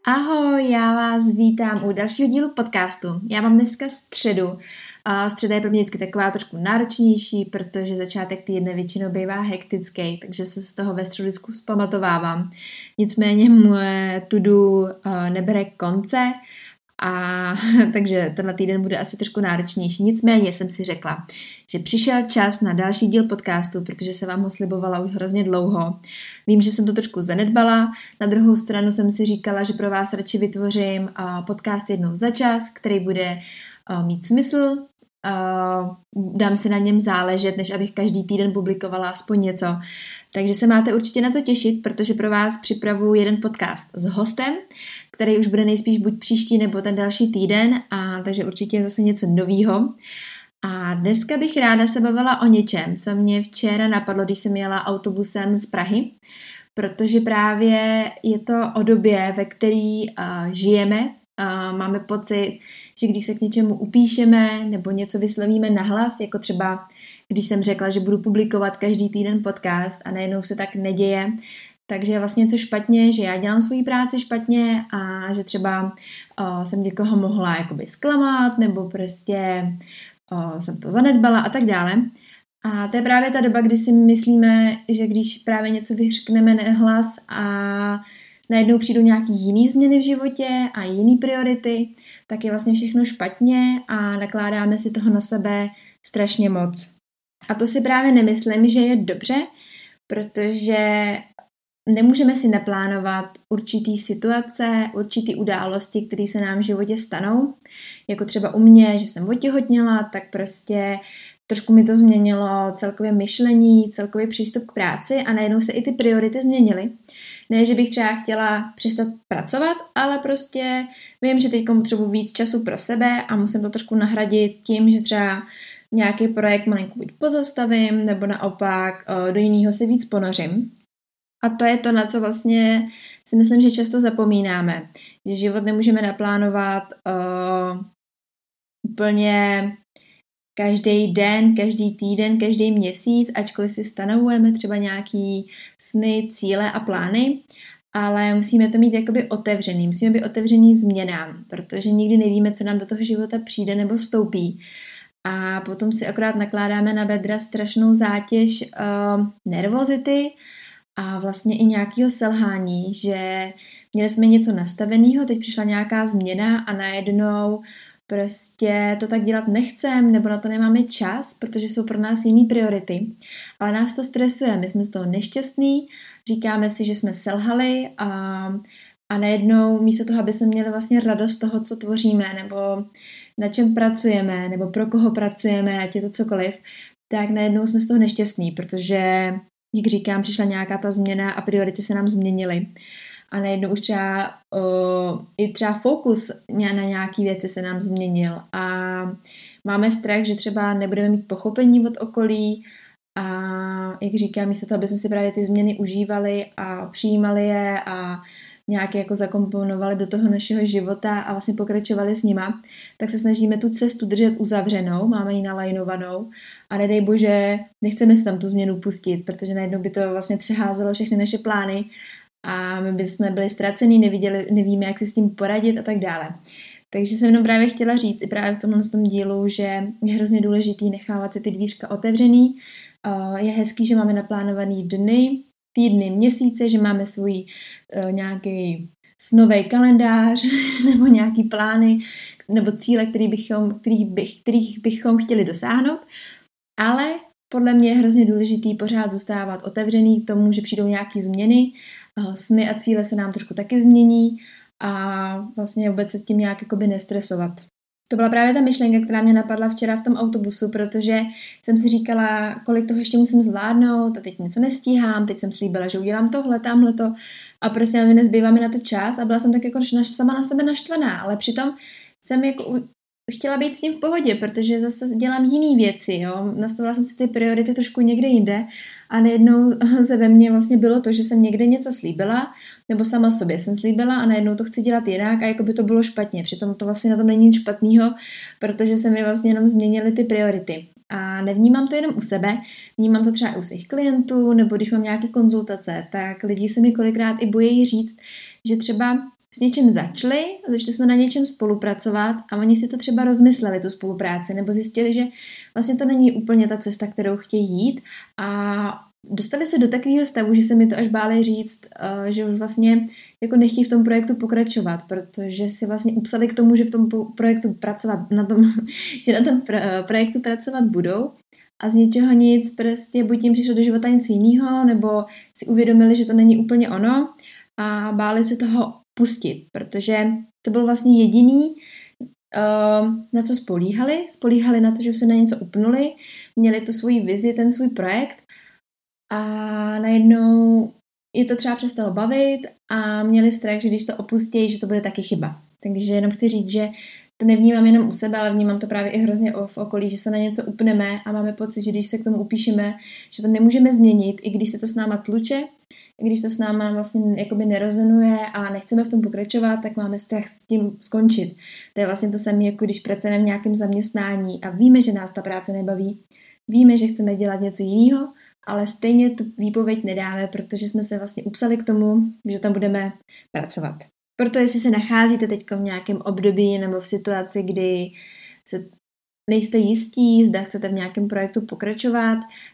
Ahoj, já vás vítám u dalšího dílu podcastu. Já mám dneska středu. Středa je pro mě vždycky taková trošku náročnější, protože začátek týdne většinou bývá hektický, takže se z toho ve středu vždycky zpamatovávám. Nicméně moje to-do nebere konce, takže tenhle týden bude asi trošku náročnější. Nicméně jsem si řekla, že přišel čas na další díl podcastu, protože se vám ho slibovala už hrozně dlouho. Vím, že jsem to trošku zanedbala, na druhou stranu jsem si říkala, že pro vás radši vytvořím podcast jednou za čas, který bude mít smysl, dám si na něm záležet, než abych každý týden publikovala aspoň něco. Takže se máte určitě na co těšit, protože pro vás připravuji jeden podcast s hostem, který už bude nejspíš buď příští nebo ten další týden, takže určitě zase něco novýho. A dneska bych ráda se bavila o něčem, co mě včera napadlo, když jsem jela autobusem z Prahy, protože právě je to o době, ve které žijeme. Máme pocit, že když se k něčemu upíšeme nebo něco vyslovíme nahlas, jako třeba když jsem řekla, že budu publikovat každý týden podcast a najednou se tak neděje, takže je vlastně něco špatně, že já dělám svoji práci špatně a že třeba jsem někoho mohla jakoby zklamat nebo prostě jsem to zanedbala a tak dále. A to je právě ta doba, kdy si myslíme, že když právě něco vyřkneme nahlas a najednou přijdou nějaký jiný změny v životě a jiný priority, tak je vlastně všechno špatně a nakládáme si toho na sebe strašně moc. A to si právě nemyslím, že je dobře, protože nemůžeme si naplánovat určitý situace, určitý události, které se nám v životě stanou. Jako třeba u mě, že jsem otěhotněla, tak prostě trošku mi to změnilo celkově myšlení, celkový přístup k práci a najednou se i ty priority změnily. Ne, že bych třeba chtěla přestat pracovat, ale prostě vím, že teď potřebuji víc času pro sebe a musím to trošku nahradit tím, že třeba nějaký projekt malinko buď pozastavím, nebo naopak do jiného se víc ponořím. A to je to, na co vlastně si myslím, že často zapomínáme. Že život nemůžeme naplánovat úplně každý den, každý týden, každý měsíc, ačkoliv si stanovujeme třeba nějaký sny, cíle a plány, ale musíme to mít jakoby otevřený, musíme být otevřený změnám, protože nikdy nevíme, co nám do toho života přijde nebo vstoupí. A potom si akorát nakládáme na bedra strašnou zátěž nervozity a vlastně i nějakého selhání, že měli jsme něco nastaveného, teď přišla nějaká změna a najednou prostě to tak dělat nechcem, nebo na to nemáme čas, protože jsou pro nás jiný priority. Ale nás to stresuje, my jsme z toho nešťastní, říkáme si, že jsme selhali a najednou místo toho, aby jsme měli vlastně radost z toho, co tvoříme, nebo na čem pracujeme, nebo pro koho pracujeme, ať je to cokoliv, tak najednou jsme z toho nešťastní, protože, jak říkám, přišla nějaká ta změna a priority se nám změnily. A najednou už i třeba fokus na nějaké věci se nám změnil a máme strach, že třeba nebudeme mít pochopení od okolí a jak říkám, místo toho, aby jsme si právě ty změny užívali a přijímali je a nějak jako zakomponovali do toho našeho života a vlastně pokračovali s nima, tak se snažíme tu cestu držet uzavřenou, máme ji nalajnovanou a nedej bože, nechceme si tam tu změnu pustit, protože najednou by to vlastně přeházelo všechny naše plány a my bychom byli ztracení, nevíme, jak si s tím poradit a tak dále. Takže jsem jenom právě chtěla říct i právě v tomhle dílu, že je hrozně důležitý nechávat si ty dvířka otevřený. Je hezký, že máme naplánovaný dny, týdny, měsíce, že máme svůj nějaký snový kalendář nebo nějaký plány nebo cíle, kterých bychom chtěli dosáhnout, ale podle mě je hrozně důležitý pořád zůstávat otevřený k tomu, že přijdou nějaké změny, sny a cíle se nám trošku taky změní a vlastně vůbec se tím nějak jakoby nestresovat. To byla právě ta myšlenka, která mě napadla včera v tom autobusu, protože jsem si říkala, kolik toho ještě musím zvládnout a teď něco nestíhám, teď jsem slíbila, že udělám tohle, tamhleto a prostě mi nezbývá mi na to čas a byla jsem tak jako sama na sebe naštvaná, ale přitom jsem jako chtěla být s tím v pohodě, protože zase dělám jiný věci, jo. Nastavila jsem si ty priority trošku někde jinde a najednou se ve mně vlastně bylo to, že jsem někde něco slíbila, nebo sama sobě jsem slíbila a najednou to chci dělat jinak a jako by to bylo špatně. Přitom to vlastně na tom není nic špatného, protože se mi vlastně jenom změnily ty priority. A nevnímám to jenom u sebe, vnímám to třeba i u svých klientů, nebo když mám nějaké konzultace, tak lidi se mi kolikrát i bojí říct, že třeba s něčím začali jsme na něčem spolupracovat a oni si to třeba rozmysleli, tu spolupráci, nebo zjistili, že vlastně to není úplně ta cesta, kterou chtějí jít a dostali se do takového stavu, že se mi to až báli říct, že už vlastně jako nechtějí v tom projektu pokračovat, protože si vlastně upsali k tomu, že v tom projektu pracovat, že na tom projektu pracovat budou a z ničeho nic prostě buď jim přišlo do života nic jiného, nebo si uvědomili, že to není úplně ono a báli se toho pustit, protože to byl vlastně jediný, na co spolíhali na to, že se na něco upnuli, měli tu svoji vizi, ten svůj projekt a najednou je to třeba přestalo bavit a měli strach, že když to opustí, že to bude taky chyba. Takže jenom chci říct, že to nevnímám jenom u sebe, ale vnímám to právě i hrozně v okolí, že se na něco upneme a máme pocit, že když se k tomu upíšeme, že to nemůžeme změnit, i když se to s náma tluče, i když to s náma vlastně jakoby nerezonuje a nechceme v tom pokračovat, tak máme strach tím skončit. To je vlastně to samé, jako když pracujeme v nějakém zaměstnání a víme, že nás ta práce nebaví, víme, že chceme dělat něco jiného, ale stejně tu výpověď nedáme, protože jsme se vlastně upsali k tomu, že tam budeme pracovat. Proto jestli se nacházíte teď v nějakém období nebo v situaci, kdy se nejste jistí, zda chcete v nějakém projektu pokračovat,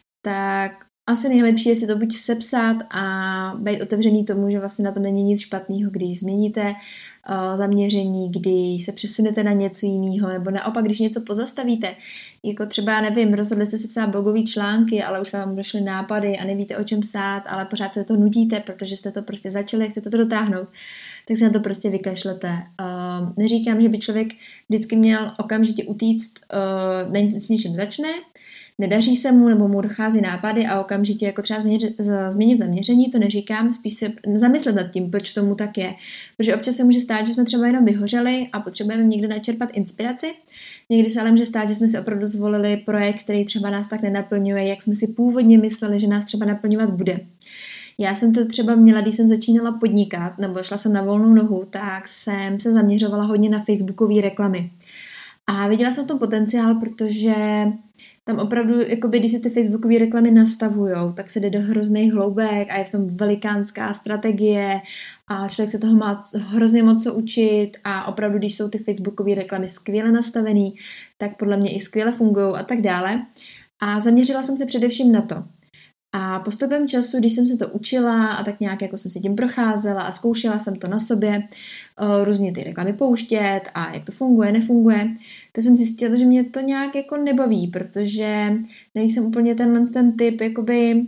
tak asi nejlepší je si to buď sepsat a být otevřený tomu, že vlastně na tom není nic špatného, když změníte zaměření, když se přesunete na něco jiného, nebo naopak, když něco pozastavíte, jako třeba, nevím, rozhodli jste se psát blogové články, ale už vám došly nápady a nevíte, o čem psát, ale pořád se to nutíte, protože jste to prostě začali a chcete to dotáhnout, tak se na to prostě vykašlete. Neříkám, že by člověk vždycky měl okamžitě utíct, s něčím začne, nedaří se mu nebo mu dochází nápady a okamžitě jako třeba změnit zaměření, to neříkám, spíš se zamyslet nad tím, proč tomu tak je. Protože občas se může stát, že jsme třeba jenom vyhořeli a potřebujeme někde načerpat inspiraci. Někdy se ale může stát, že jsme si opravdu zvolili projekt, který třeba nás tak nenaplňuje, jak jsme si původně mysleli, že nás třeba naplňovat bude. Já jsem to třeba měla, když jsem začínala podnikat, nebo šla jsem na volnou nohu, tak jsem se zaměřovala hodně na facebookové reklamy. A viděla jsem tom potenciál, protože tam opravdu, jakoby, když se ty facebookové reklamy nastavujou, tak se jde do hrozných hloubek a je v tom velikánská strategie a člověk se toho má hrozně moc co učit a opravdu, když jsou ty facebookové reklamy skvěle nastavený, tak podle mě i skvěle fungují a tak dále. A zaměřila jsem se především na to. A postupem času, když jsem se to učila a tak nějak jako jsem si tím procházela a zkoušela jsem to na sobě, různě ty reklamy pouštět a jak to funguje, nefunguje, tak jsem zjistila, že mě to nějak jako nebaví, protože nejsem úplně ten typ jakoby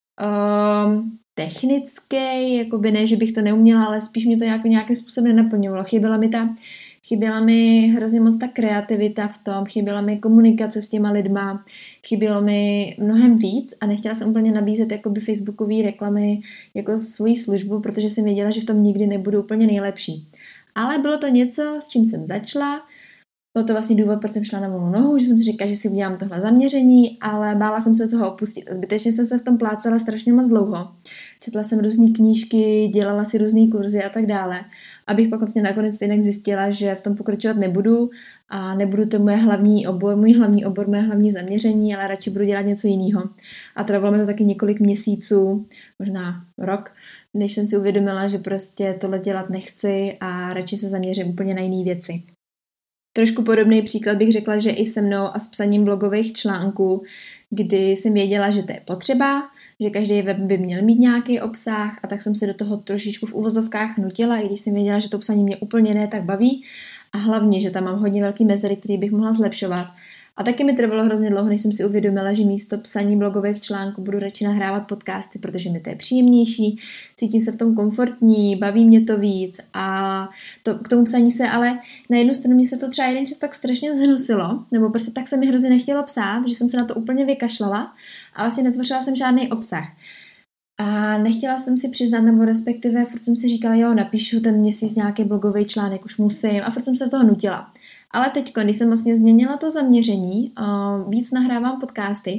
technický, jakoby ne, že bych to neuměla, ale spíš mě to nějakým způsobem nenaplňovalo. Chyběla mi hrozně moc ta kreativita v tom, chyběla mi komunikace s těma lidma, chybělo mi mnohem víc a nechtěla jsem úplně nabízet jakoby facebookové reklamy jako svoji službu, protože jsem věděla, že v tom nikdy nebudu úplně nejlepší. Ale bylo to něco, s čím jsem začala. Byl to vlastně důvod, proč jsem šla na volnou nohu, že jsem si říkala, že si udělám tohle zaměření, ale bála jsem se toho opustit. A zbytečně jsem se v tom plácala strašně moc dlouho. Četla jsem různé knížky, dělala si různé kurzy a tak dále, abych pak vlastně nakonec stejně zjistila, že v tom pokračovat nebudu a nebudu to můj hlavní obor, moje hlavní zaměření, ale radši budu dělat něco jiného. A trvalo mi to taky několik měsíců, možná rok, než jsem si uvědomila, že prostě tohle dělat nechci a radši se zaměřím úplně na jiné věci. Trošku podobný příklad bych řekla, že i se mnou a s psaním blogových článků, kdy jsem věděla, že to je potřeba, že každý web by měl mít nějaký obsah a tak jsem se do toho trošičku v uvozovkách nutila, i když jsem věděla, že to psaní mě úplně ne tak baví a hlavně, že tam mám hodně velký mezery, který bych mohla zlepšovat. A taky mi trvalo hrozně dlouho, než jsem si uvědomila, že místo psaní blogových článků budu radši nahrávat podcasty, protože mi to je příjemnější, cítím se v tom komfortní, baví mě to víc a k tomu psaní se ale na jednu stranu mě se to třeba jeden čas tak strašně zhnusilo, nebo prostě tak se mi hrozně nechtělo psát, že jsem se na to úplně vykašlala a vlastně netvořila jsem žádný obsah. A nechtěla jsem si přiznat, nebo respektive furt jsem si říkala, jo, napíšu ten měsíc nějaký blogový článek, už musím a furt jsem se toho nutila. Ale teď, když jsem vlastně změnila to zaměření, víc nahrávám podcasty,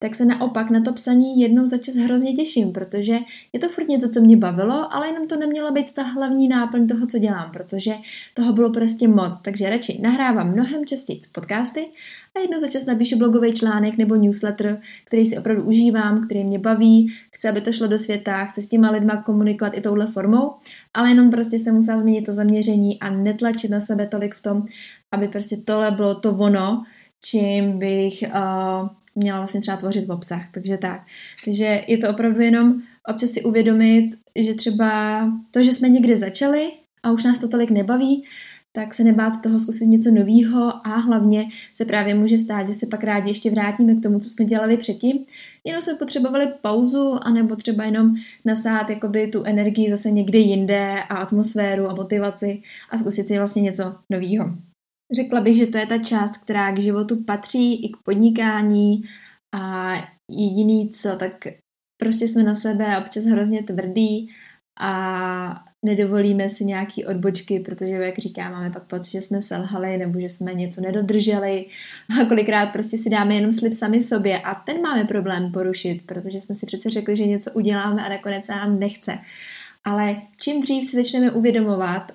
tak se naopak na to psaní jednou za čas hrozně těším, protože je to furt něco, co mě bavilo, ale jenom to nemělo být ta hlavní náplň toho, co dělám, protože toho bylo prostě moc, takže radši nahrávám mnohem častěji podcasty a jednou za čas napíšu blogový článek nebo newsletter, který si opravdu užívám, který mě baví, chci, aby to šlo do světa, chci s těma lidma komunikovat i touhle formou, ale jenom prostě jsem musela změnit to zaměření a netlačit na sebe tolik v tom, aby prostě tohle bylo to ono, čím bych měla vlastně třeba tvořit obsah. Takže tak. Takže je to opravdu jenom občas si uvědomit, že třeba to, že jsme někde začali a už nás to tolik nebaví, tak se nebát toho zkusit něco novýho a hlavně se právě může stát, že se pak rádi ještě vrátíme k tomu, co jsme dělali předtím. Jenom jsme potřebovali pauzu, anebo třeba jenom nasát jakoby tu energii zase někde jinde a atmosféru a motivaci a zkusit si vlastně něco novýho. Řekla bych, že to je ta část, která k životu patří i k podnikání a jediný co, tak prostě jsme na sebe občas hrozně tvrdý a nedovolíme si nějaký odbočky, protože, jak říkám, máme pak pocit, že jsme selhali nebo že jsme něco nedodrželi a kolikrát prostě si dáme jenom slib sami sobě a ten máme problém porušit, protože jsme si přece řekli, že něco uděláme a nakonec se nám nechce. Ale čím dřív si začneme uvědomovat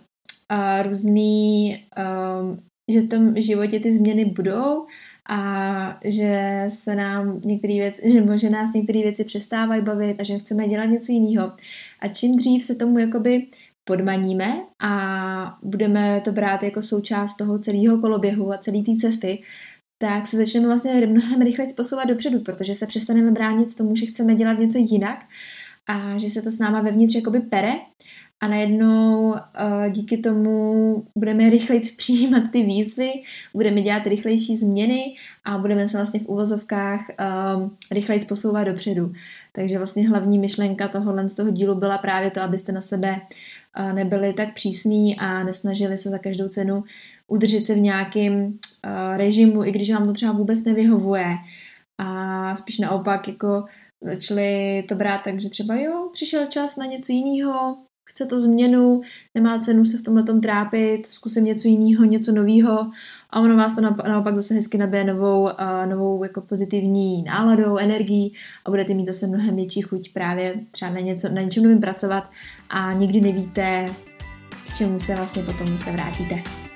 že v tom životě ty změny budou a že se nám že nás některé věci přestávají bavit a že chceme dělat něco jiného. A čím dřív se tomu jakoby podmaníme a budeme to brát jako součást toho celého koloběhu a celé té cesty, tak se začneme vlastně mnohem rychleji posouvat dopředu, protože se přestaneme bránit tomu, že chceme dělat něco jinak a že se to s náma vevnitř jakoby pere a najednou díky tomu budeme rychleji přijímat ty výzvy, budeme dělat rychlejší změny a budeme se vlastně v uvozovkách rychleji posouvat dopředu. Takže vlastně hlavní myšlenka z toho dílu byla právě to, abyste na sebe nebyli tak přísní a nesnažili se za každou cenu udržet se v nějakém režimu, i když vám to třeba vůbec nevyhovuje. A spíš naopak jako začali to brát tak, že třeba přišel čas na něco jiného, chce to změnu, nemá cenu se v tomhletom trápit, zkusím něco jiného, něco nového a ono vás to naopak zase hezky nabije novou jako pozitivní náladou, energií a budete mít zase mnohem větší chuť právě třeba na něčem novým pracovat a nikdy nevíte, k čemu se vlastně potom se vrátíte.